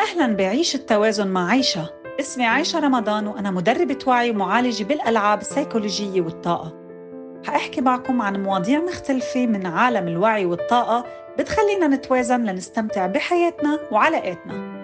أهلاً بعيش التوازن مع عيشة. اسمي عيشة رمضان وأنا مدربة وعي ومعالجة بالألعاب السيكولوجية والطاقة. هأحكي معكم عن مواضيع مختلفة من عالم الوعي والطاقة بتخلينا نتوازن لنستمتع بحياتنا وعلاقاتنا.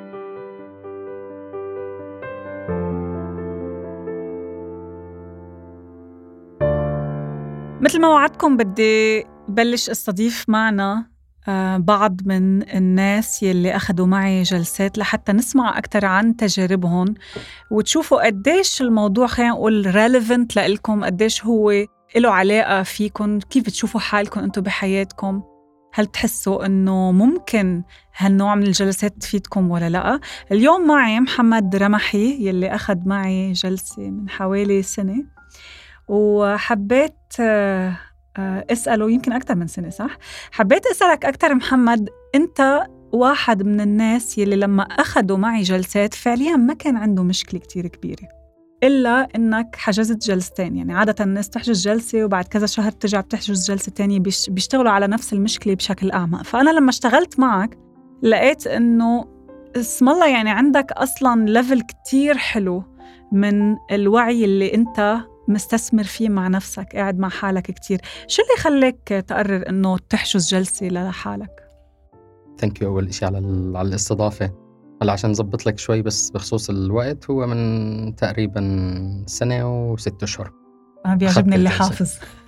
مثل ما وعدتكم بدي بلش استضيف معنا بعض من الناس يلي أخذوا معي جلسات لحتى نسمع أكتر عن تجاربهم وتشوفوا قديش الموضوع خلينا نقول relevant لإلكم، قديش هو له علاقة فيكم، كيف بتشوفوا حالكم أنتم بحياتكم، هل تحسوا أنه ممكن هالنوع من الجلسات تفيدكم ولا لا. اليوم معي محمد رمحي يلي أخذ معي جلسة من حوالي سنة، وحبيت أسأله يمكن أكتر من سنة، صح؟ حبيت أسألك أكتر محمد، أنت واحد من الناس يلي لما أخذوا معي جلسات فعلياً ما كان عنده مشكلة كتير كبيرة إلا إنك حجزت جلستين. يعني عادة الناس تحجز جلسة وبعد كذا شهر ترجع بتحجز جلسة تانية، بيشتغلوا على نفس المشكلة بشكل أعمق. فأنا لما اشتغلت معك لقيت إنه اسم الله يعني عندك أصلاً ليفل كتير حلو من الوعي اللي أنت مستثمر فيه مع نفسك، قاعد مع حالك كتير. شو اللي خليك تقرر إنه تحجز جلسة لحالك؟ ثانك يو أول إشي على الاستضافة. هلا عشان نظبط لك شوي بس بخصوص الوقت، هو من تقريبا 1 سنة و6 أشهر. أنا بيعجبني اللي حافظ.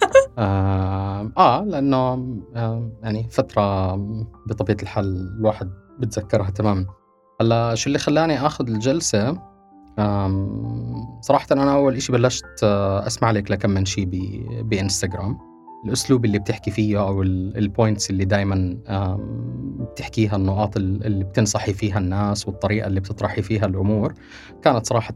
لأنه يعني فترة بطبيعة الحال الواحد بتذكرها تماما. هلا شو اللي خلاني أخذ الجلسة؟ صراحة أنا أول إشي بلشت أسمع لك لكم من شي بإنستغرام، الأسلوب اللي بتحكي فيه أو البوينتس اللي دايما بتحكيها، النقاط اللي بتنصحي فيها الناس والطريقة اللي بتطرحي فيها الأمور كانت صراحة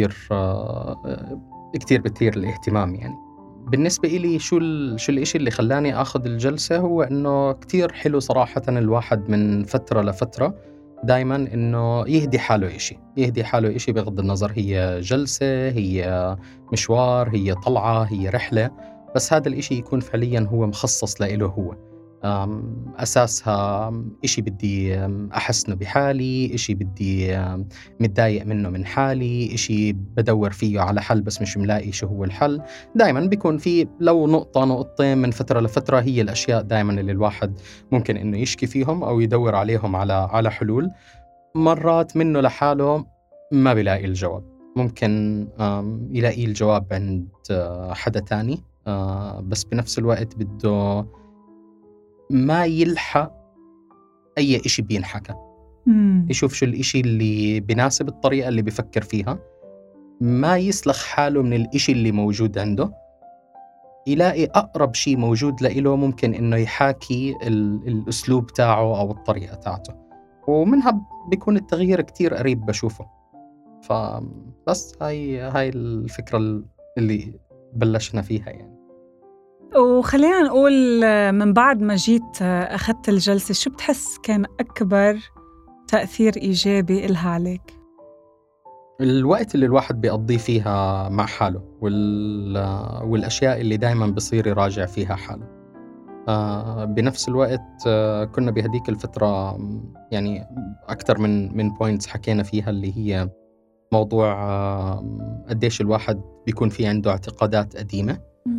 كتير بتثير الاهتمام. يعني بالنسبة إلي شو الإشي اللي خلاني أخذ الجلسة، هو إنه كتير حلو صراحة الواحد من فترة لفترة دايما إنه يهدي حاله إشي بغض النظر هي جلسة، هي مشوار، هي طلعة، هي رحلة، بس هذا الإشي يكون فعليا هو مخصص لإله هو. أساسها إشي بدي أحسنه بحالي، إشي بدي متضايق منه من حالي، إشي بدور فيه على حل بس مش ملاقي شو هو الحل. دايما بيكون في لو نقطة نقطتين من فترة لفترة، هي الأشياء دايما اللي الواحد ممكن إنه يشكي فيهم أو يدور عليهم على حلول. مرات منه لحاله ما بيلاقي الجواب، ممكن يلاقي الجواب عند حدا تاني، بس بنفس الوقت بده ما يلحق أي إشي بينحكى، يشوف شو الإشي اللي بيناسب الطريقة اللي بيفكر فيها، ما يسلخ حاله من الإشي اللي موجود عنده، يلاقي أقرب شي موجود لإله ممكن إنه يحاكي الأسلوب تاعه أو الطريقة تاعته، ومنها بيكون التغيير كتير قريب بشوفه. فبس هاي الفكرة اللي بلشنا فيها يعني. وخلينا نقول من بعد ما جيت أخذت الجلسة، شو بتحس كان أكبر تأثير إيجابي إلها عليك؟ الوقت اللي الواحد بيقضي فيها مع حاله والأشياء اللي دايما بصير يراجع فيها حاله. بنفس الوقت كنا بهديك الفترة يعني أكتر من بوينتس حكينا فيها، اللي هي موضوع قديش الواحد بيكون فيه عنده اعتقادات قديمة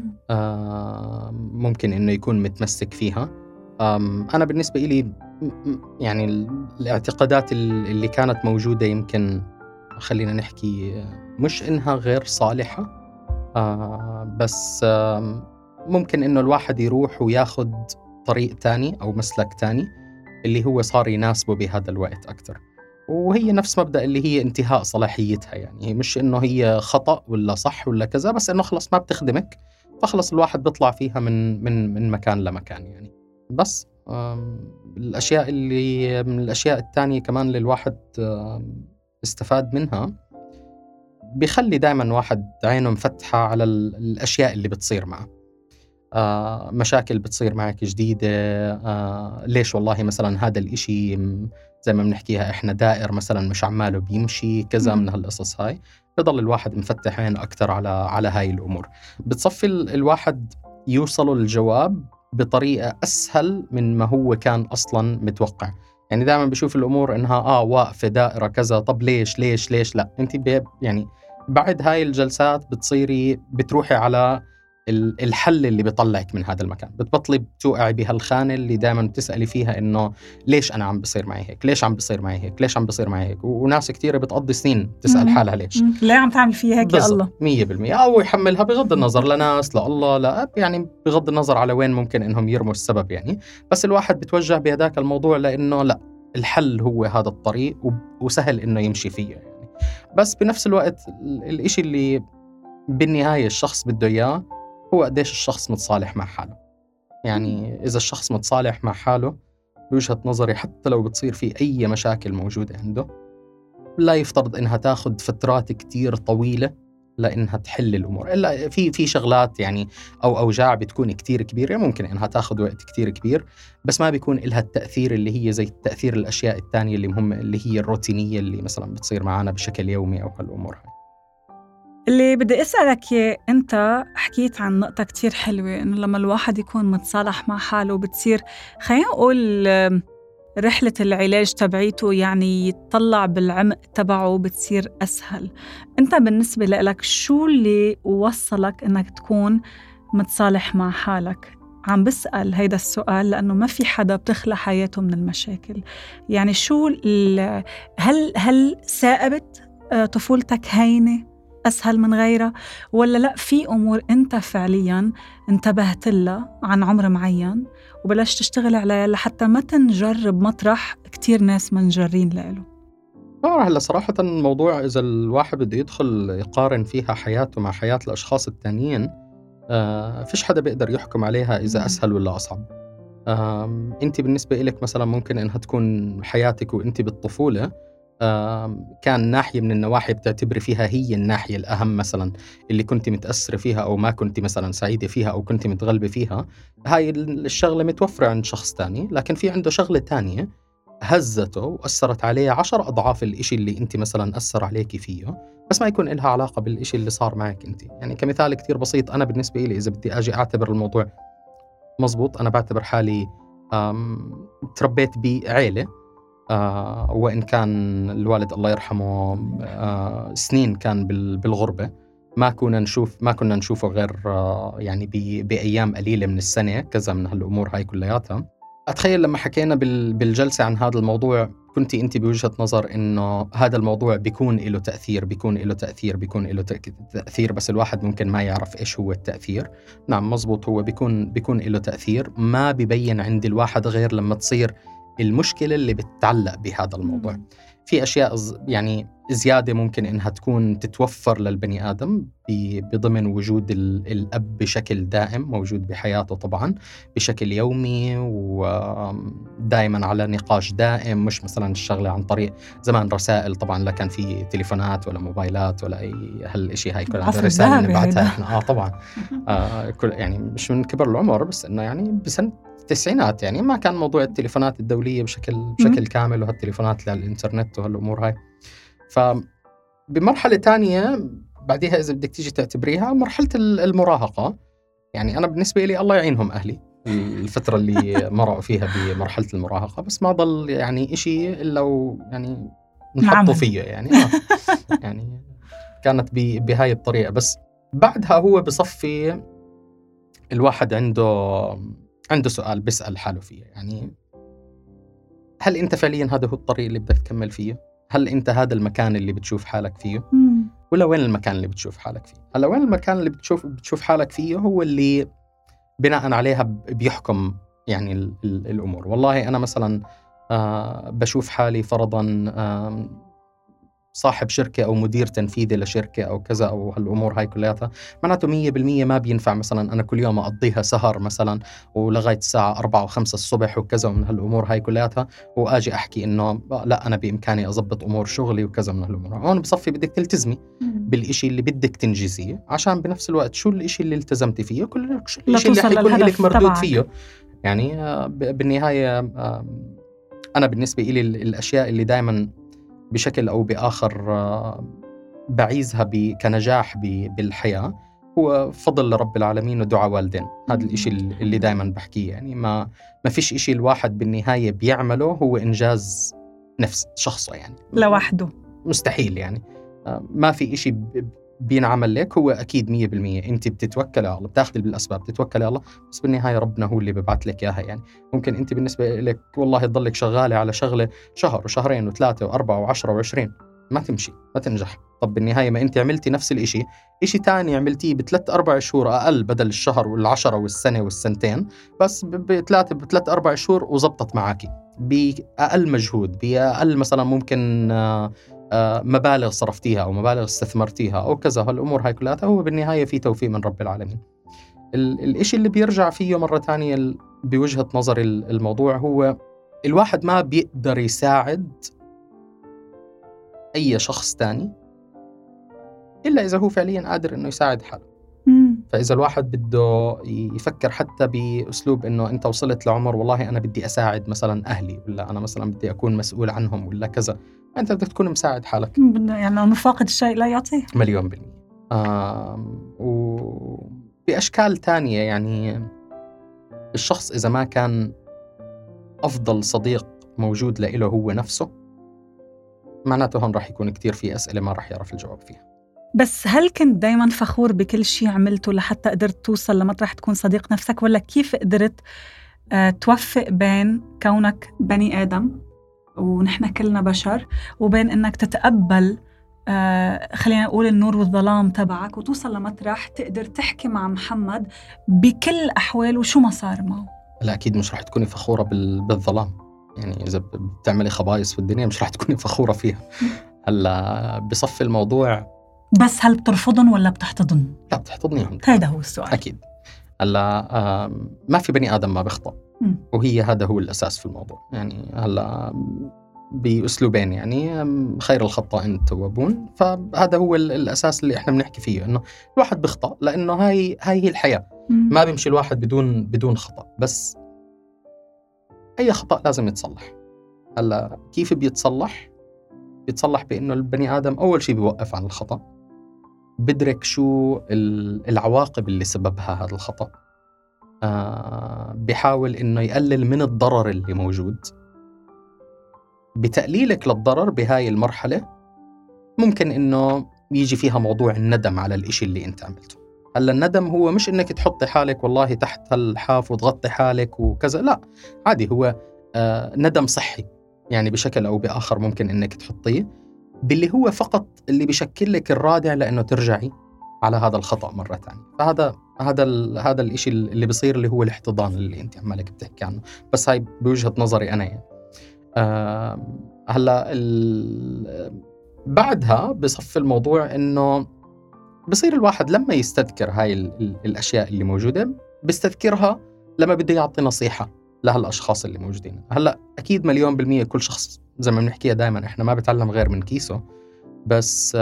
ممكن إنه يكون متمسك فيها. أنا بالنسبة إلي يعني الاعتقادات اللي كانت موجودة، يمكن خلينا نحكي مش إنها غير صالحة، بس ممكن إنه الواحد يروح وياخد طريق تاني أو مسلك تاني اللي هو صار يناسبه بهذا الوقت أكتر. وهي نفس مبدأ اللي هي انتهاء صلاحيتها، يعني مش إنه هي خطأ ولا صح ولا كذا، بس إنه خلص ما بتخدمك، فخلص الواحد بيطلع فيها من مكان لمكان يعني. بس الأشياء اللي من الأشياء التانية كمان اللي الواحد استفاد منها، بيخلي دائما واحد عينه مفتحة على الأشياء اللي بتصير معه. مشاكل بتصير معك جديدة، ليش والله مثلا هذا الإشي زي ما بنحكيها إحنا دائر مثلا مش عماله بيمشي كذا، من هالقصص هاي بضل الواحد مفتح عينه أكتر على هاي الأمور. بتصفي الواحد يوصلوا الجواب بطريقة أسهل من ما هو كان أصلا متوقع. يعني دائما بشوف الأمور إنها واقفة دائرة كذا، طب ليش لا، أنت يعني بعد هاي الجلسات بتروحي على الحل اللي بيطلعك من هذا المكان، بتبطلي بتوقعي بهالخانة اللي دائما بتسألي فيها إنه ليش أنا عم بصير معي هيك، ليش عم بصير معي هيك، ليش عم بصير معي هيك. وناس كتيرة بتقضي سنين تسأل حالها ليش. ليه عم تعمل فيها هيك يا الله؟ 100%. أو يحملها بغض النظر لناس، لا الله لا، يعني بغض النظر على وين ممكن إنهم يرموا السبب يعني. بس الواحد بتوجه بهداك الموضوع لأنه لا، الحل هو هذا الطريق وسهل إنه يمشي فيه يعني. بس بنفس الوقت الإشي اللي بالنهاية الشخص بده إياه هو قديش الشخص متصالح مع حاله. يعني إذا الشخص متصالح مع حاله بوجهة نظري، حتى لو بتصير فيه أي مشاكل موجودة عنده، لا يفترض إنها تاخد فترات كتير طويلة لإنها تحل الأمور. إلا في شغلات يعني أو أوجاع بتكون كتير كبيرة ممكن إنها تاخد وقت كتير كبير، بس ما بيكون إلها التأثير اللي هي زي تأثير الأشياء التانية اللي مهمة، اللي هي الروتينية اللي مثلا بتصير معنا بشكل يومي أو هالأمور هاي. اللي بدي أسألك أنت حكيت عن نقطة كتير حلوة، إنه لما الواحد يكون متصالح مع حاله بتصير، خلينا نقول رحلة العلاج تبعيته يعني يتطلع بالعمق تبعه بتصير أسهل. أنت بالنسبة لك شو اللي وصلك إنك تكون متصالح مع حالك؟ عم بسأل هيدا السؤال لأنه ما في حدا بتخلى حياته من المشاكل. يعني شو هل ثائبت طفولتك هينة أسهل من غيرها، ولا لا في أمور أنت فعلياً انتبهت لها عن عمر معين وبلشت تشتغل عليها لحتى ما تنجرب مطرح كتير ناس منجرين له؟ هلا صراحة الموضوع إذا الواحد بده يدخل يقارن فيها حياته مع حياة الأشخاص التانيين، فيش حدا بيقدر يحكم عليها إذا أسهل ولا أصعب. أنت بالنسبة إلك مثلا ممكن إنها تكون حياتك وأنت بالطفولة كان ناحية من النواحي بتعتبري فيها هي الناحية الأهم مثلا اللي كنت متأثرة فيها أو ما كنت مثلا سعيدة فيها أو كنت متغلبة فيها، هاي الشغلة متوفرة عند شخص تاني، لكن في عنده شغلة تانية هزته وأثرت عليه 10 أضعاف الإشي اللي أنت مثلا أثر عليك فيه، بس ما يكون إلها علاقة بالإشي اللي صار معك أنت. يعني كمثال كتير بسيط، أنا بالنسبة إلي إذا بدي أجي أعتبر الموضوع مزبوط، أنا بعتبر حالي تربيت بعيلة وإن كان الوالد الله يرحمه سنين كان بالغربة، ما كنا نشوفه غير يعني بأيام قليلة من السنة، كذا من هالأمور هاي كلياتها. أتخيل لما حكينا بالجلسة عن هذا الموضوع كنتي أنت بوجهة نظر إنه هذا الموضوع بيكون له تأثير، بس الواحد ممكن ما يعرف إيش هو التأثير. نعم مزبوط، هو بيكون له تأثير، ما بيبين عند الواحد غير لما تصير المشكلة اللي بتتعلق بهذا الموضوع. في أشياء يعني زيادة ممكن إنها تكون تتوفر للبني آدم بضمن وجود الأب بشكل دائم موجود بحياته، طبعا بشكل يومي ودائما على نقاش دائم، مش مثلا الشغلة عن طريق زمان رسائل، طبعا لا كان في تليفونات ولا موبايلات ولا أي هالإشي، هاي كل الرسائل اللي نبعتها إحنا طبعا كل يعني مش من كبر العمر، بس إنه يعني بسنة التسعينات يعني ما كان موضوع التليفونات الدولية بشكل كامل، وهالتليفونات للإنترنت وهالأمور هاي. فبمرحلة تانية بعدها إذا بدك تيجي تعتبريها مرحلة المراهقة، يعني أنا بالنسبة لي الله يعينهم أهلي الفترة اللي مرقوا فيها بمرحلة المراهقة، بس ما ضل يعني إشي إلا يعني نحطوا فيه يعني يعني كانت بهاي الطريقة. بس بعدها هو بصفي الواحد عنده سؤال بيسأل حاله فيه، يعني هل أنت فعليا هذا هو الطريق اللي بدك تكمل فيه؟ هل أنت هذا المكان اللي بتشوف حالك فيه؟ ولا وين المكان اللي بتشوف حالك فيه؟ هلا وين المكان اللي بتشوف حالك فيه هو اللي بناء عليها بيحكم يعني الأمور. والله أنا مثلا بشوف حالي فرضا صاحب شركة أو مدير تنفيذي لشركة أو كذا أو هالأمور هاي كلياتها، معناته 100% ما بينفع مثلا أنا كل يوم أقضيها سهر مثلا ولغاية الساعة 4 و5 الصبح وكذا من هالأمور هاي كلياتها، وآجي أحكي إنه لا أنا بإمكاني أضبط أمور شغلي وكذا من هالأمور. هون بصفي بدك تلتزمي بالإشي اللي بدك تنجزيه، عشان بنفس الوقت شو الإشي اللي التزمتي فيه كل الإشي اللي حيكون لك مردود فيه. يعني بالنهاية أنا بالنسبة إلي الأشياء اللي دايما بشكل أو بآخر بعيزها كنجاح بالحياة، هو فضل لرب العالمين ودعاء والدين. هذا الإشي اللي دائما بحكيه، يعني ما فيش إشي الواحد بالنهاية بيعمله هو إنجاز نفس شخصه، يعني لوحده مستحيل. يعني ما في إشي بينعمل لك، هو أكيد 100% أنت بتتوكل على الله، بتاخذ بالأسباب، بتتوكل على الله، بس بالنهاية ربنا هو اللي ببعث لك إياها. يعني ممكن أنت بالنسبة لك والله تضلك شغالة على شغلة شهر وشهرين وثلاثة وأربعة وعشرة وعشرين، ما تمشي، ما تنجح. طب بالنهاية ما أنت عملتي نفس الإشي، إشي تاني عملتيه بثلاث أربع شهور أقل بدل الشهر والعشرة والسنة والسنتين، بس بثلاث أربع شهور وزبطت معاكي بأقل مجهود، بأقل مثلا ممكن مبالغ صرفتيها أو مبالغ استثمرتيها أو كذا. هالأمور هاي كلها هو بالنهاية في توفيق من رب العالمين. الإشي اللي بيرجع فيه مرة تانية بوجهة نظر الموضوع هو الواحد ما بيقدر يساعد أي شخص تاني إلا إذا هو فعليا قادر إنه يساعد حاله. فإذا الواحد بده يفكر حتى بأسلوب إنه أنت وصلت لعمر والله أنا بدي أساعد مثلا أهلي، ولا أنا مثلا بدي أكون مسؤول عنهم، ولا كذا، أنت بدك تكون مساعد حالك. يعني من فاقد الشيء لا يعطيه 1,000,000%. وبأشكال تانية، يعني الشخص إذا ما كان أفضل صديق موجود له هو نفسه، معناته هون راح يكون كتير في أسئلة ما راح يعرف الجواب فيها. بس هل كنت دايما فخور بكل شيء عملته لحتى قدرت توصل لمطرح تكون صديق نفسك، ولا كيف قدرت توفق بين كونك بني آدم ونحن كلنا بشر، وبين إنك تتقبل خلينا نقول النور والظلام تبعك، وتوصل لمطرح تقدر تحكي مع محمد بكل أحوال وشو ما صار معه؟ لا أكيد مش راح تكوني فخورة بالظلام. يعني إذا بتعملي خبايص في الدنيا مش راح تكوني فخورة فيها. هلا بصفي الموضوع، بس هل بترفضن ولا بتحتضن؟ لا بتحتضنيهم. هذا هو السؤال. أكيد. هلا ما في بني آدم ما بيخطأ، وهي هذا هو الأساس في الموضوع. يعني هلا بأسلوبين، يعني خير الخطائين التوابون، فهذا هو الأساس اللي إحنا بنحكي فيه، إنه الواحد بيخطأ لأنه هاي هي الحياة. ما بيمشي الواحد بدون خطأ، بس أي خطأ لازم يتصلح. هلا كيف بيتصلح بإنه البني آدم أول شيء بيوقف عن الخطأ، بدرك شو العواقب اللي سببها هذا الخطأ، بيحاول إنه يقلل من الضرر اللي موجود. بتقليلك للضرر بهاي المرحلة ممكن إنه يجي فيها موضوع الندم على الإشي اللي أنت عملته. هلا الندم هو مش إنك تحطي حالك والله تحت الحاف وتغطي حالك وكذا، لا، عادي، هو ندم صحي، يعني بشكل أو بآخر ممكن إنك تحطيه باللي هو فقط اللي بيشكل لك الرادع لأنه ترجعي على هذا الخطأ مرة ثانية. فهذا الإشي اللي بيصير اللي هو الاحتضان اللي أنت عمالك بتحكي عنه، بس هاي بوجهة نظري أنا. يعني هلا بعدها بصف الموضوع إنه بصير الواحد لما يستذكر هاي الأشياء اللي موجودة بيستذكرها لما بده يعطي نصيحة لهالأشخاص اللي موجودين. هلا أكيد 1,000,000% كل شخص زي ما بنحكيها دائما إحنا ما بتعلم غير من كيسه، بس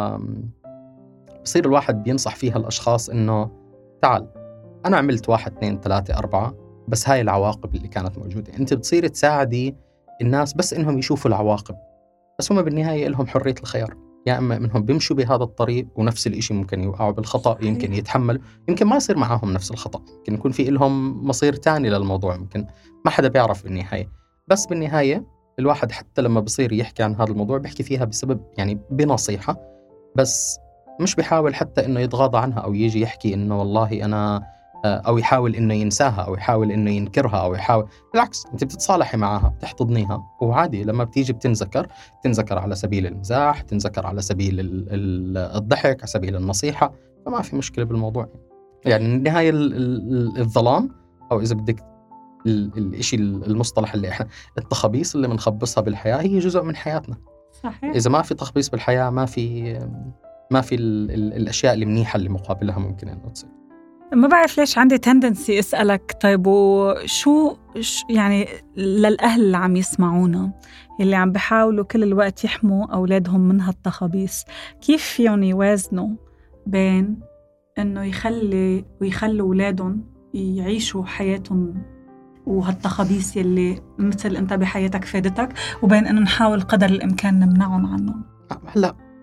بصير الواحد بينصح فيها الأشخاص إنه تعال أنا عملت 1 2 3 4، بس هاي العواقب اللي كانت موجودة. أنت بتصير تساعدي الناس بس إنهم يشوفوا العواقب، بس هم بالنهاية لهم حرية الخيار. يا إما منهم بيمشوا بهذا الطريق ونفس الإشي ممكن يوقعوا بالخطأ، يمكن يتحمل، يمكن ما يصير معاهم نفس الخطأ، يمكن يكون في لهم مصير تاني للموضوع، يمكن ما حدا بيعرف بالنهاية. بس بالنهاية الواحد حتى لما بصير يحكي عن هذا الموضوع بيحكي فيها بسبب يعني بنصيحة، بس مش بيحاول حتى إنه يتغاضى عنها أو يجي يحكي إنه والله أنا أو يحاول إنه ينساها أو يحاول إنه ينكرها أو يحاول. بالعكس، أنت بتتصالحي معها، بتحتضنيها، وعادي لما بتيجي تنذكر على سبيل المزاح، تنذكر على سبيل الضحك، على سبيل النصيحة، فما في مشكلة بالموضوع. يعني النهاية الظلام، أو إذا بدك الإشي المصطلح اللي إحنا التخبيص اللي بنخبصها بالحياة، هي جزء من حياتنا. صحيح. إذا ما في تخبيص بالحياة ما في الأشياء المنيحة اللي مقابلها ممكن أن تصير. ما بعرف ليش عندي تندنسي أسألك، طيب وشو يعني للأهل اللي عم يسمعونا اللي عم بيحاولوا كل الوقت يحموا أولادهم من هالتخبيص، كيف فيهم يوازنوا بين إنه يخلوا أولادهم يعيشوا حياتهم وهالتخبيص اللي مثل أنت بحياتك فادتك، وبين إنه نحاول قدر الإمكان نمنعهم عنهم؟ هلأ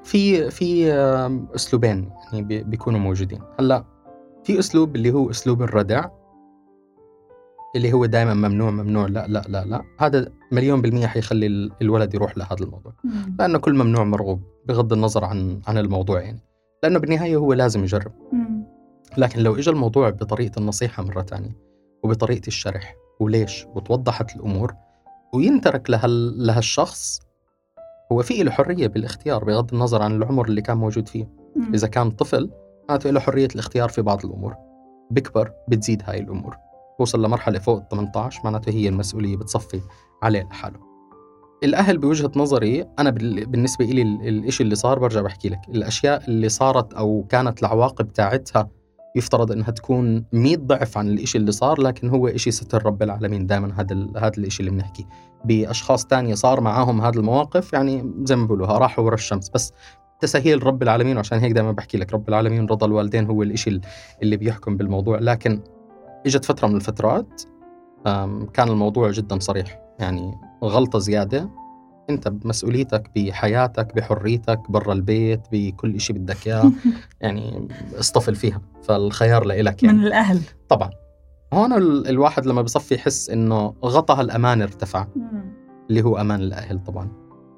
في أسلوبين يعني بيكونوا موجودين. هلا في أسلوب اللي هو أسلوب الردع، اللي هو دائما ممنوع ممنوع، لا لا لا لا، هذا 100% حيخلي الولد يروح لهذا الموضوع، لأنه كل ممنوع مرغوب بغض النظر عن الموضوع يعني، لأنه بالنهاية هو لازم يجرب. لكن لو إجا الموضوع بطريقة النصيحة مرة تانية وبطريقة الشرح وليش وتوضحت الأمور وينترك لهالشخص، هو فيه له حرية بالاختيار بغض النظر عن العمر اللي كان موجود فيه. إذا كان طفل معناته له حرية الاختيار في بعض الأمور، بكبر بتزيد هاي الأمور، وصل لمرحلة فوق 18 معناته هي المسؤولية بتصفي عليه لحاله. الأهل بوجهة نظري أنا بالنسبة إلي الإشي اللي صار، برجع بحكي لك الأشياء اللي صارت أو كانت العواقب تاعتها يفترض أنها تكون 100 ضعف عن الإشي اللي صار، لكن هو إشي ستر رب العالمين. دائما هذا الإشي اللي بنحكي بأشخاص تانية صار معاهم هذا المواقف، يعني زي ما بقولوها راحوا ورا الشمس، بس تسهيل رب العالمين. وعشان هيك دائما بحكي لك رب العالمين رضا الوالدين هو الإشي اللي بيحكم بالموضوع. لكن إجت فترة من الفترات كان الموضوع جدا صريح، يعني غلطة زيادة أنت بمسؤوليتك بحياتك بحريتك برا البيت بكل إشي بدك إياه يعني اصطفل فيها، فالخيار لإلك يعني من الأهل. طبعا هون الواحد لما بصفي يحس إنه غطى الأمان ارتفع، اللي هو أمان الأهل طبعا.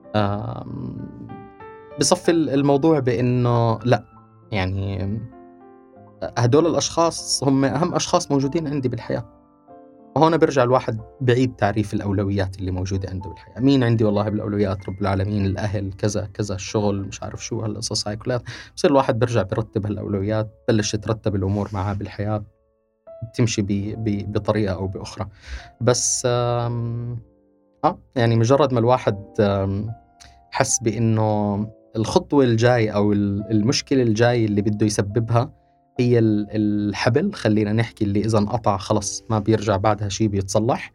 بصفي الموضوع بإنه لا، يعني هدول الأشخاص هم أهم أشخاص موجودين عندي بالحياة. وهنا برجع الواحد بعيد تعريف الأولويات اللي موجودة عنده بالحياة. مين عندي؟ والله بالأولويات رب العالمين، الأهل، كذا كذا، الشغل، مش عارف شو هالقصص هاي كلها. بصير الواحد برجع برتب هالأولويات، بلش ترتب الأمور معاه بالحياة، بتمشي بطريقة أو بأخرى. بس يعني مجرد ما الواحد حس بأنه الخطوة الجاي أو المشكلة الجاي اللي بده يسببها هي الحبل، خلينا نحكي، اللي إذا انقطع خلص ما بيرجع بعدها شيء بيتصلح.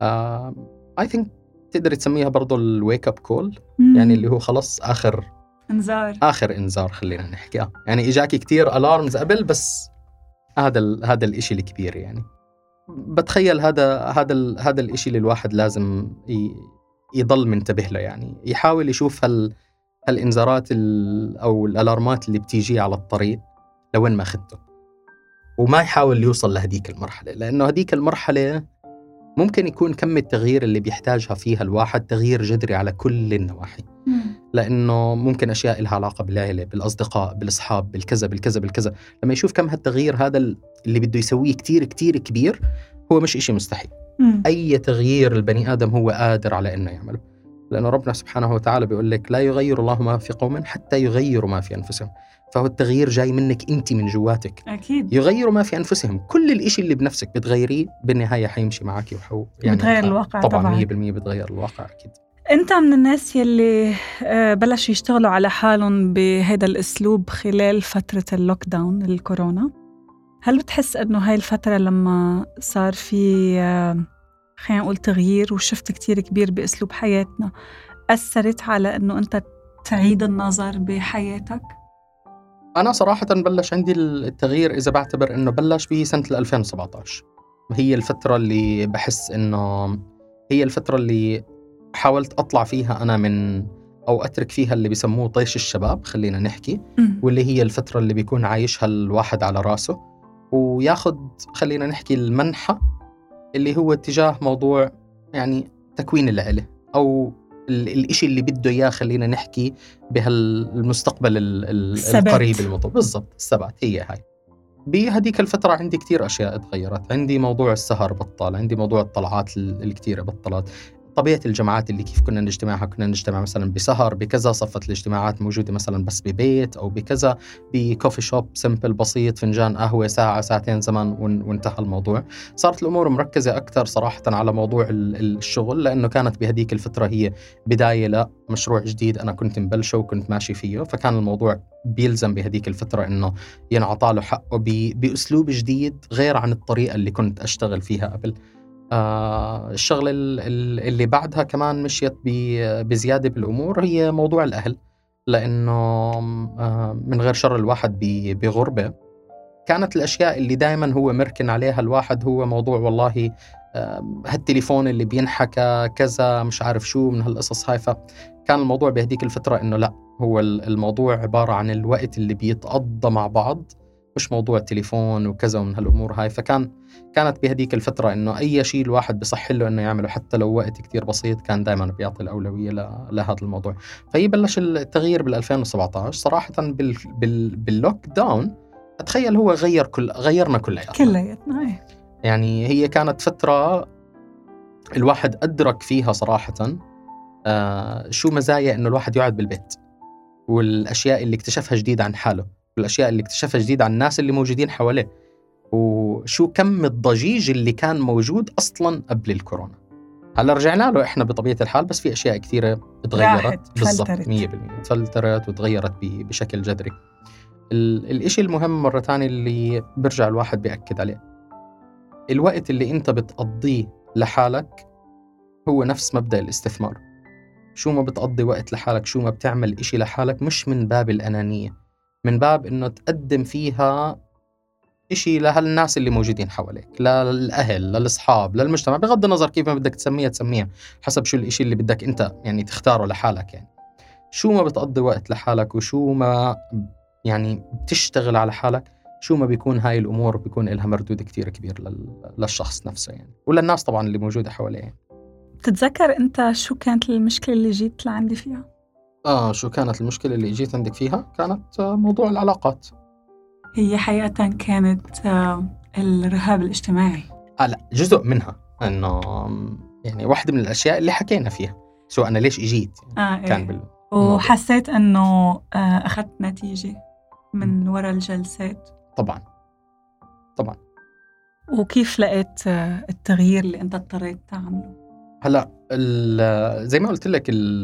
I think تقدر تسميها برضو الويك اب كول، يعني اللي هو خلص آخر إنذار خلينا نحكي. يعني إجاكي كتير ألارمز قبل، بس هذا الإشي الكبير. يعني بتخيل هذا الإشي اللي الواحد لازم يضل منتبه له، يعني يحاول يشوف هالإنذارات أو الألارمات اللي بتيجي على الطريق لوين ما أخذته، وما يحاول يوصل لهديك المرحلة، لأنه هديك المرحلة ممكن يكون كم التغيير اللي بيحتاجها فيها الواحد تغيير جذري على كل النواحي. لأنه ممكن أشياء لها علاقة بالعائلة، بالأصدقاء، بالأصحاب، بالكذا بالكذا بالكذا. لما يشوف كم هالتغيير هذا اللي بده يسويه كتير كتير كبير، هو مش إشي مستحيل. أي تغيير البني آدم هو قادر على إنه يعمله، لأنه ربنا سبحانه وتعالى بيقول لك لا يغير الله ما في قوم حتى يغيروا ما في أنفسهم. فهو التغيير جاي منك أنت من جواتك. أكيد. يغيروا ما في أنفسهم، كل الإشي اللي بنفسك بتغيريه بالنهاية حيمشي معك يعني بتغير الواقع. طبعا 100% بتغير الواقع أكيد. أنت من الناس يلي بلشوا يشتغلوا على حالهم بهذا الأسلوب خلال فترة اللوك داون الكورونا. هل بتحس أنه هاي الفترة لما صار في خلينا نقول تغيير وشفت كتير كبير بأسلوب حياتنا أثرت على أنه أنت تعيد النظر بحياتك؟ أنا صراحة بلش عندي التغيير إذا بعتبر أنه بلش بسنة 2017. هي الفترة اللي بحس أنه هي الفترة اللي حاولت أطلع فيها أنا من أو أترك فيها اللي بيسموه طيش الشباب خلينا نحكي، واللي هي الفترة اللي بيكون عايشها الواحد على راسه وياخد خلينا نحكي المنحة اللي هو اتجاه موضوع يعني تكوين العائلة أو الإشي اللي بده إياه خلينا نحكي بهالمستقبل القريب المطلوب. بالضبط، الثبات هي هاي. بهديك الفترة عندي كتير أشياء تغيرت. عندي موضوع السهر بطل، عندي موضوع الطلعات الكتيرة بطلت، طبيعة الجماعات اللي كيف كنا نجتمع مثلا بسهر بكذا، صفت الاجتماعات موجودة مثلا بس ببيت أو بكذا بكوفي شوب سيمبل بسيط، فنجان قهوة ساعة ساعتين زمان وانتهى الموضوع. صارت الأمور مركزة أكتر صراحة على موضوع الشغل، لأنه كانت بهديك الفترة هي بداية لمشروع جديد أنا كنت مبلشه وكنت ماشي فيه، فكان الموضوع بيلزم بهديك الفترة إنه ينعطى له حقه بأسلوب جديد غير عن الطريقة اللي كنت أشتغل فيها قبل. الشغلة اللي بعدها كمان مشيت بزيادة بالأمور هي موضوع الأهل، لأنه من غير شر الواحد بغربة. كانت الأشياء اللي دايما هو مركن عليها الواحد هو موضوع والله هالتليفون اللي بينحكى كذا مش عارف شو من هالقصص هاي. فكان الموضوع بهديك الفترة إنه لا، هو الموضوع عبارة عن الوقت اللي بيتقضى مع بعض، مش موضوع التليفون وكذا ومن هالأمور هاي. كانت بهديك الفترة إنه أي شيء الواحد بصح له إنه يعمله حتى لو وقت كتير بسيط، كان دائما بيعطي الأولوية لهذا الموضوع. فيبلش التغيير بال2017 صراحة باللوك داون. أتخيل هو غيرنا كلياتنا. يعني هي كانت فترة الواحد أدرك فيها صراحة شو مزايا إنه الواحد يقعد بالبيت، والأشياء اللي اكتشفها جديد عن حاله، والأشياء اللي اكتشفها جديد عن الناس اللي موجودين حواليه، وشو كم الضجيج اللي كان موجود أصلاً قبل الكورونا. هلا رجعنا له إحنا بطبيعة الحال، بس في أشياء كثيرة تغيرت بالضبط 100% تفلترت وتغيرت بشكل جذري. الإشي المهم مرة تانية اللي برجع الواحد بيأكد عليه، الوقت اللي أنت بتقضيه لحالك هو نفس مبدأ الاستثمار. شو ما بتقضي وقت لحالك، شو ما بتعمل إشي لحالك، مش من باب الأنانية، من باب إنه تقدم فيها إشي لهالناس اللي موجودين حواليك، للأهل، للأصحاب، للمجتمع، بغض النظر كيف ما بدك تسميها حسب شو الإشي اللي بدك أنت يعني تختاره لحالك. يعني شو ما بتقضي وقت لحالك وشو ما يعني بتشتغل على حالك، شو ما بيكون هاي الأمور بيكون إلها مردود كتير كبير للشخص نفسه يعني، وللناس طبعا اللي موجودة حواليه يعني. تتذكر أنت شو كانت المشكلة اللي جيت لعندي فيها؟ شو كانت المشكلة اللي جيت عندك فيها؟ كانت موضوع العلاقات. هي حقيقة كانت الرهاب الاجتماعي. لا، جزء منها إنه يعني واحدة من الأشياء اللي حكينا فيها، سو أنا ليش إجيت يعني كان وحسيت أنه أخذت نتيجة من وراء الجلسات. طبعا. وكيف لقيت التغيير اللي أنت اضطريت تعمله؟ هلا زي ما قلت لك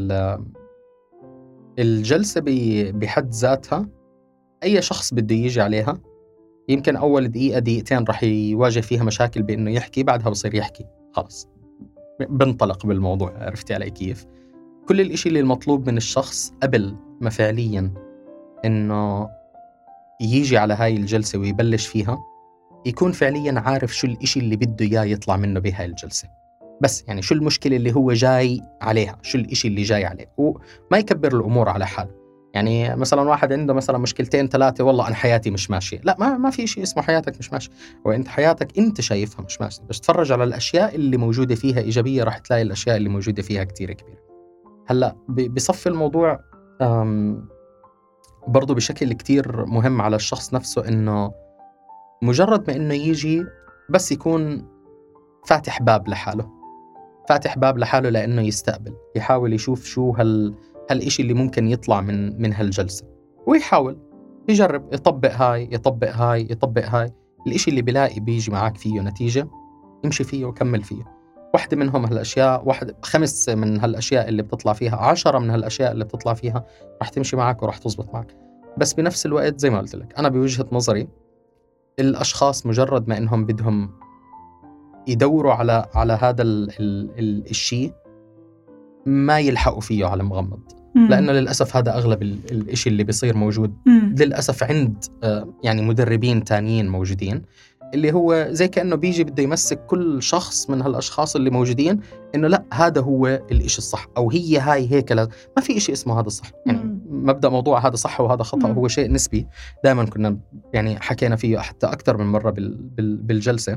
الجلسة بحد ذاتها أي شخص بده يجي عليها يمكن أول دقيقة دقيقتين رح يواجه فيها مشاكل بأنه يحكي، بعدها بصير يحكي خلاص بنطلق بالموضوع. عرفتي علي كيف؟ كل الإشي اللي المطلوب من الشخص قبل ما فعليا إنه يجي على هاي الجلسة ويبلش فيها يكون فعليا عارف شو الإشي اللي بده إياه يطلع منه بهاي الجلسة. بس يعني شو المشكلة اللي هو جاي عليها، شو الإشي اللي جاي عليه، وما يكبر الأمور على حاله. يعني مثلا واحد عنده مثلا مشكلتين ثلاثة، والله أنا حياتي مش ماشية. لا، ما في شيء اسمه حياتك مش ماشية، وأنت حياتك أنت شايفها مش ماشية، بس تفرج على الأشياء اللي موجودة فيها إيجابية راح تلاقي الأشياء اللي موجودة فيها كتير كبيرة. هلأ بصف الموضوع برضو بشكل كتير مهم على الشخص نفسه، إنه مجرد ما إنه يجي بس يكون فاتح باب لحاله لأنه يستقبل، يحاول يشوف شو هالإشي اللي ممكن يطلع من هالجلسة، ويحاول يجرب يطبق هاي. الإشي اللي بيلاقي بيجي معاك فيه نتيجة يمشي فيه وكمل فيه. واحدة منهم هالأشياء، 5 من هالأشياء اللي بتطلع فيها، 10 من هالأشياء اللي بتطلع فيها رح تمشي معك ورح تزبط معك. بس بنفس الوقت زي ما قلت لك، أنا بوجهة نظري الأشخاص مجرد ما إنهم بدهم يدوروا على هذا الشيء ما يلحقوا فيه على مغمض، لأنه للأسف هذا أغلب الإشي اللي بيصير موجود للأسف عند يعني مدربين تانيين موجودين، اللي هو زي كأنه بيجي بده يمسك كل شخص من هالأشخاص اللي موجودين إنه لا، هذا هو الإشي الصح، أو هي هاي هيك. ما في إشي اسمه هذا الصح، يعني مبدأ موضوع هذا صح وهذا خطأ هو شيء نسبي. دائما كنا يعني حكينا فيه حتى أكتر من مرة بالجلسة.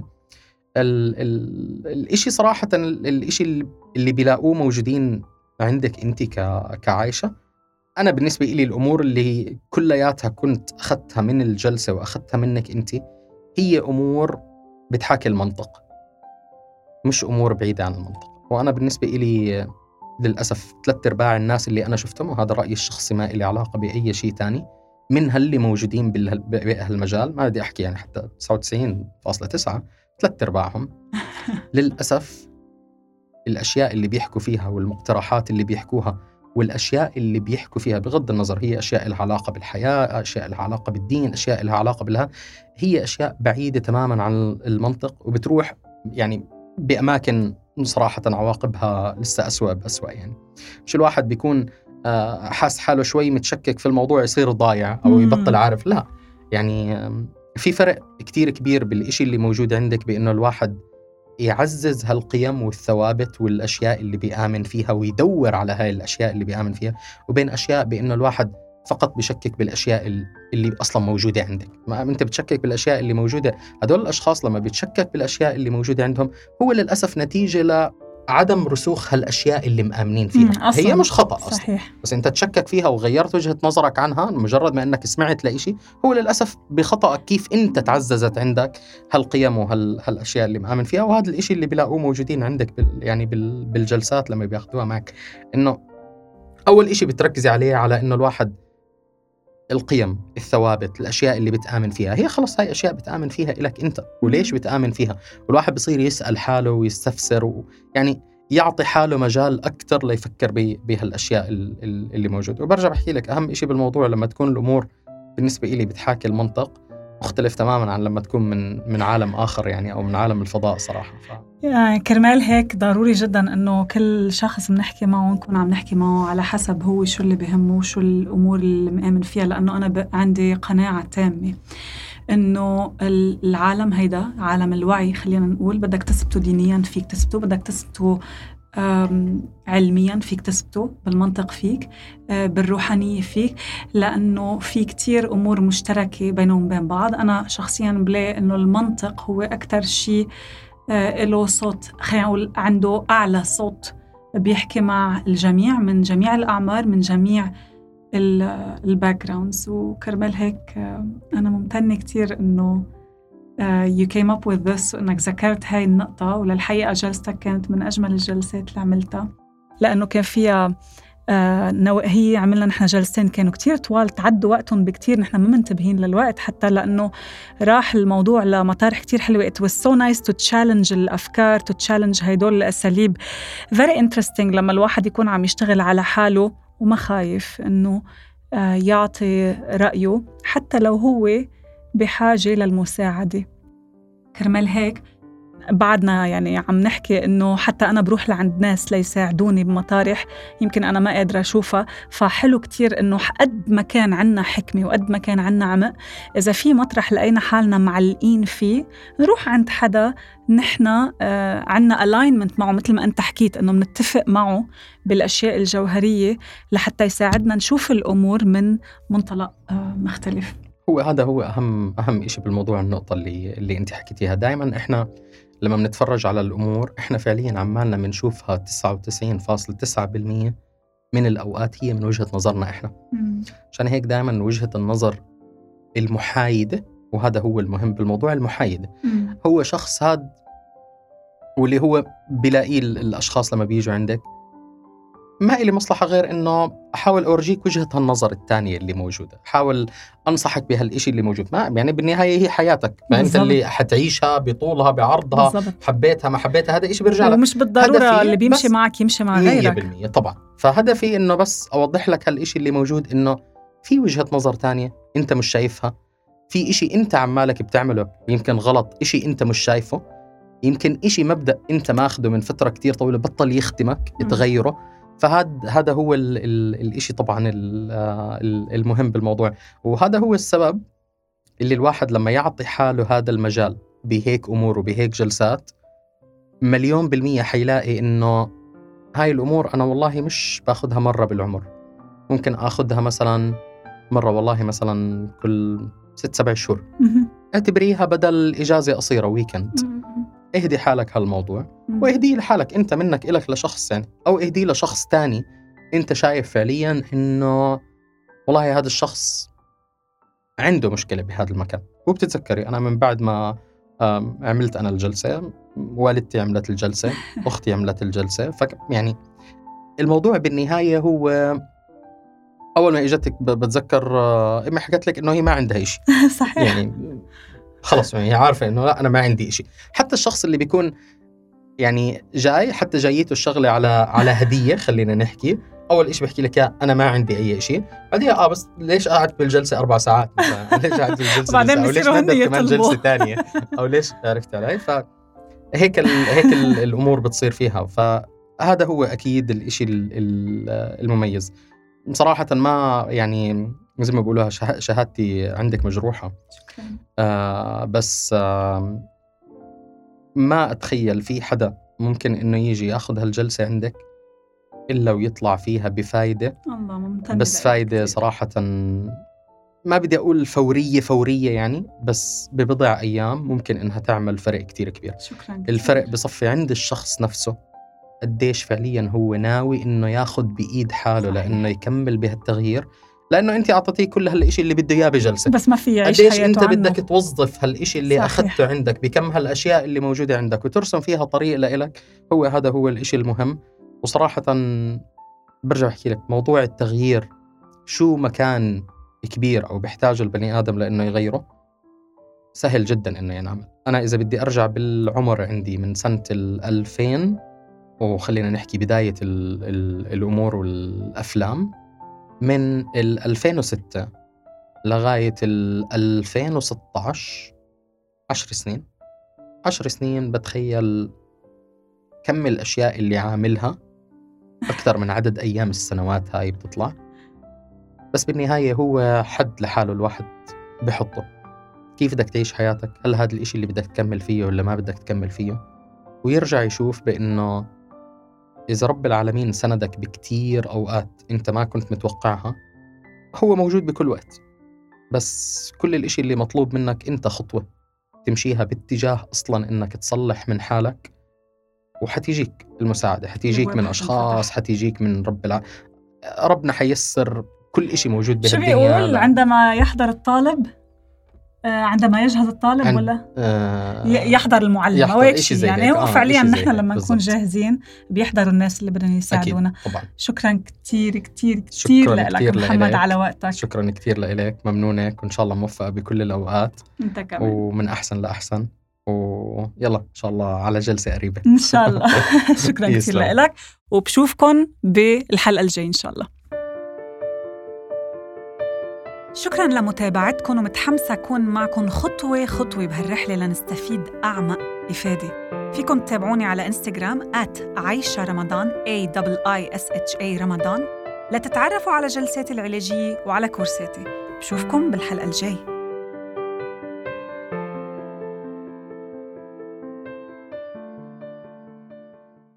الإشي صراحة الإشي اللي بيلاقوه موجودين عندك أنت كعايشة. أنا بالنسبة إلي الأمور اللي كلياتها كنت أخذتها من الجلسة وأخذتها منك أنت هي أمور بتحاكي المنطق، مش أمور بعيدة عن المنطق. وأنا بالنسبة إلي للأسف 3/4 الناس اللي أنا شفتهم، وهذا رأيي الشخصي ما إلي علاقة بأي شيء تاني، من هاللي موجودين بهالمجال، ما بدي أحكي يعني حتى 99.9، 3/4 للأسف الأشياء اللي بيحكوا فيها والمقترحات اللي بيحكوها والأشياء اللي بيحكوا فيها بغض النظر هي أشياء لها علاقة بالحياة، أشياء لها علاقة بالدين، أشياء لها علاقة بالها، هي أشياء بعيدة تماما عن المنطق، وبتروح يعني بأماكن صراحة عواقبها لسه أسوأ بأسوأ. يعني مش الواحد بيكون حاس حاله شوي متشكك في الموضوع يصير ضايع أو يبطل عارف، لا، يعني في فرق كتير كبير بالإشي اللي موجود عندك، بأنه الواحد يعزز هالقيم والثوابت والأشياء اللي بيآمن فيها ويدور على هاي الأشياء اللي بيآمن فيها، وبين أشياء بأنه الواحد فقط بشكك بالأشياء اللي أصلا موجودة عندك. ما أنت بتشكك بالأشياء اللي موجودة، هدول الأشخاص لما بتشكك بالأشياء اللي موجودة عندهم هو للأسف نتيجة لعدم رسوخ هالأشياء اللي مآمنين فيها. هي مش خطأ أصلا، صحيح. بس أنت تشكك فيها وغيرت وجهة نظرك عنها مجرد ما أنك سمعت لإشي، هو للأسف بخطأك كيف أنت تعززت عندك هالقيم وهالأشياء اللي مآمن فيها. وهذا الإشي اللي بلاقوه موجودين عندك بالجلسات لما بياخدوها معك، إنه أول إشي بتركزي عليه على إنه الواحد القيم، الثوابت، الأشياء اللي بتآمن فيها، هي خلص هاي أشياء بتآمن فيها إلك أنت وليش بتآمن فيها. والواحد بصير يسأل حاله ويستفسر يعني يعطي حاله مجال أكتر ليفكر بهالأشياء اللي موجودة. وبرجع بحكي لك أهم إشي بالموضوع لما تكون الأمور بالنسبة إلي بتحاكي المنطق مختلف تماماً عن لما تكون من عالم آخر يعني، أو من عالم الفضاء صراحة. يعني كرمال هيك ضروري جدا أنه كل شخص بنحكي معه نكون عم نحكي معه على حسب هو شو اللي بهمه، شو الأمور اللي مآمن فيها. لأنه أنا عندي قناعة تامة أنه العالم هيدا عالم الوعي، خلينا نقول بدك تثبته دينيا فيك تثبته، بدك تثبته علميا فيك تثبته، بالمنطق فيك، بالروحانية فيك، لأنه في كتير أمور مشتركة بينهم وبين بعض. أنا شخصيا بلاقي أنه المنطق هو أكتر شيء له صوت، خلينا نقول عنده أعلى صوت بيحكي مع الجميع من جميع الأعمار من جميع الباك جراوندز. وكرمال هيك أنا ممتنة كتير إنه you came up with this، وإنك ذكرت هاي النقطة. وللحقيقة جلستك كانت من أجمل الجلسات اللي عملتها، لأنه كان فيها هي عملنا نحن جلستين كانوا كتير طوال، تعدوا وقتهم بكتير، نحن ما منتبهين للوقت حتى، لأنه راح الموضوع لمطارح كتير حلوة. It was so nice to challenge الأفكار، to challenge هيدول الأساليب. very interesting لما الواحد يكون عم يشتغل على حاله وما خايف إنه يعطي رأيه حتى لو هو بحاجة للمساعدة. كرمال هيك بعدنا يعني عم نحكي إنه حتى أنا بروح لعند ناس ليساعدوني بمطارح يمكن أنا ما قادرة أشوفها. فحلو كتير إنه قد ما كان عنا حكمة وقد ما كان عنا عمق، إذا في مطرح لقينا حالنا معلقين فيه نروح عند حدا نحن عنا alignment معه، مثل ما أنت حكيت إنه منتفق معه بالأشياء الجوهرية لحتى يساعدنا نشوف الأمور من منطلق مختلف. هذا هو أهم إشي بالموضوع، النقطة اللي أنت حكيتيها. دائما إحنا لما بنتفرج على الأمور إحنا فعليا عمالنا بنشوفها 99.9% من الأوقات هي من وجهة نظرنا إحنا. عشان هيك دائما وجهة النظر المحايدة، وهذا هو المهم بالموضوع، المحايد هو شخص هاد واللي هو بلاقيه الأشخاص لما بيجوا عندك ما إلي مصلحة غير إنه أحاول أورجيك وجهة النظر الثانية اللي موجودة، أحاول أنصحك بهالإشي اللي موجود. ما يعني بالنهاية هي حياتك، ما أنت اللي حتعيشها بطولها بعرضها. بالزبط. حبيتها ما حبيتها هذا إشي بيرجع لك، ومش بالضرورة اللي بيمشي معك يمشي مع غيرك 100% طبعا. فهدفي إنه بس أوضح لك هالإشي اللي موجود، إنه في وجهة نظر تانية أنت مش شايفها، في إشي أنت عمالك بتعمله يمكن غلط، إشي أنت مش شايفه، يمكن إشي مبدأ أنت ماخده من فترة كتير طويلة بطل يخدمك تغيره. فهذا هو الإشي طبعا المهم بالموضوع. وهذا هو السبب اللي الواحد لما يعطي حاله هذا المجال بهيك أمور وبهيك جلسات 1,000,000% حيلاقي إنه هاي الأمور أنا والله مش باخدها مرة بالعمر، ممكن أخدها مثلا مرة والله مثلا كل 6-7 شهور. اعتبريها بدل إجازة قصيرة ويكند. اهدي حالك هالموضوع واهدي لحالك انت منك إلك لشخص يعني، او اهدي لشخص تاني انت شايف فعليا انه والله هذا الشخص عنده مشكلة بهذا المكان. وبتتذكري انا من بعد ما عملت انا الجلسة، والدتي عملت الجلسة، اختي عملت الجلسة، يعني الموضوع بالنهاية هو اول ما اجتك بتذكر امي حكت لك انه هي ما عندها شيء صحيح يعني خلص يعني عارفة إنه لا أنا ما عندي إشي. حتى الشخص اللي بيكون يعني جاي حتى جايته الشغلة على هدية، خلينا نحكي أول إشي بحكي لك أنا ما عندي أي إشي، بعدين بس ليش قعدت بالجلسة 4 ساعات مثلا، ليش قعدت بالجلسة أو ليش بدك كمان جلسة تانية أو ليش، عرفت علي؟ فهيك الأمور بتصير فيها. فهذا هو أكيد الإشي المميز بصراحة. ما يعني زي ما بقولوها شهادتي عندك مجروحة، بس ما أتخيل في حدا ممكن إنه يجي ياخد هالجلسة عندك إلا ويطلع فيها بفايدة. الله ممتن بس فايدة صراحة ما بدي أقول فورية يعني، بس ببضع أيام ممكن إنها تعمل فرق كتير كبير. شكراً الفرق كتير. بصفي عند الشخص نفسه قديش فعليا هو ناوي إنه ياخد بإيد حاله صحيح. لأنه يكمل بهالتغيير، لأنه أنت أعطيتيه كل هالإشي اللي بده إياه بجلسة، بس ما في يعيش قديش حياته أنت عنه. بدك توظف هالإشي اللي صحيح. أخذته عندك بكم هالأشياء اللي موجودة عندك وترسم فيها طريق لإلك. هذا هو الإشي المهم. وصراحة برجع أحكي لك، موضوع التغيير شو مكان كبير أو بيحتاج البني آدم لأنه يغيره، سهل جدا إنه ينعمل. أنا إذا بدي أرجع بالعمر عندي من سنة 2000 وخلينا نحكي بداية الأمور والأفلام، من 2006 لغاية 2016، 10 سنين بتخيل كم الأشياء اللي عاملها أكثر من عدد أيام السنوات هاي بتطلع. بس بالنهاية هو حد لحاله الواحد بحطه، كيف بدك تعيش حياتك، هل هذا الإشي اللي بدك تكمل فيه ولا ما بدك تكمل فيه، ويرجع يشوف بأنه إذا رب العالمين سندك بكتير أوقات أنت ما كنت متوقعها، هو موجود بكل وقت. بس كل الإشي اللي مطلوب منك أنت خطوة تمشيها باتجاه أصلاً إنك تصلح من حالك، وحتيجيك المساعدة، حتيجيك من أشخاص، حتيجيك من ربنا حيسر كل إشي موجود بهالدنيا. شو بيقول عندما يحضر الطالب، عندما يجهز الطالب ولا يحضر المعلم أو هيك شيء يعني. هو فعليا نحن لما نكون جاهزين بيحضر الناس اللي بدهم يساعدونا. شكرا كتير كتير كتير لك محمد على وقتك. شكرا كتير لك، ممنونك، وإن شاء الله موفقة بكل الأوقات أنت كمان، ومن أحسن لأحسن، ويلا إن شاء الله على جلسة قريبة إن شاء الله. شكرا كتير لك، وبشوفكن بالحلقة الجاية إن شاء الله. شكراً لمتابعتكم، ومتحمسة أكون معكم خطوة خطوة بهالرحلة لنستفيد أعمق إفادة. فيكم تتابعوني على إنستغرام @عايشة رمضان AIISHA رمضان لتتعرفوا على جلساتي العلاجية وعلى كورساتي. بشوفكم بالحلقة الجاي.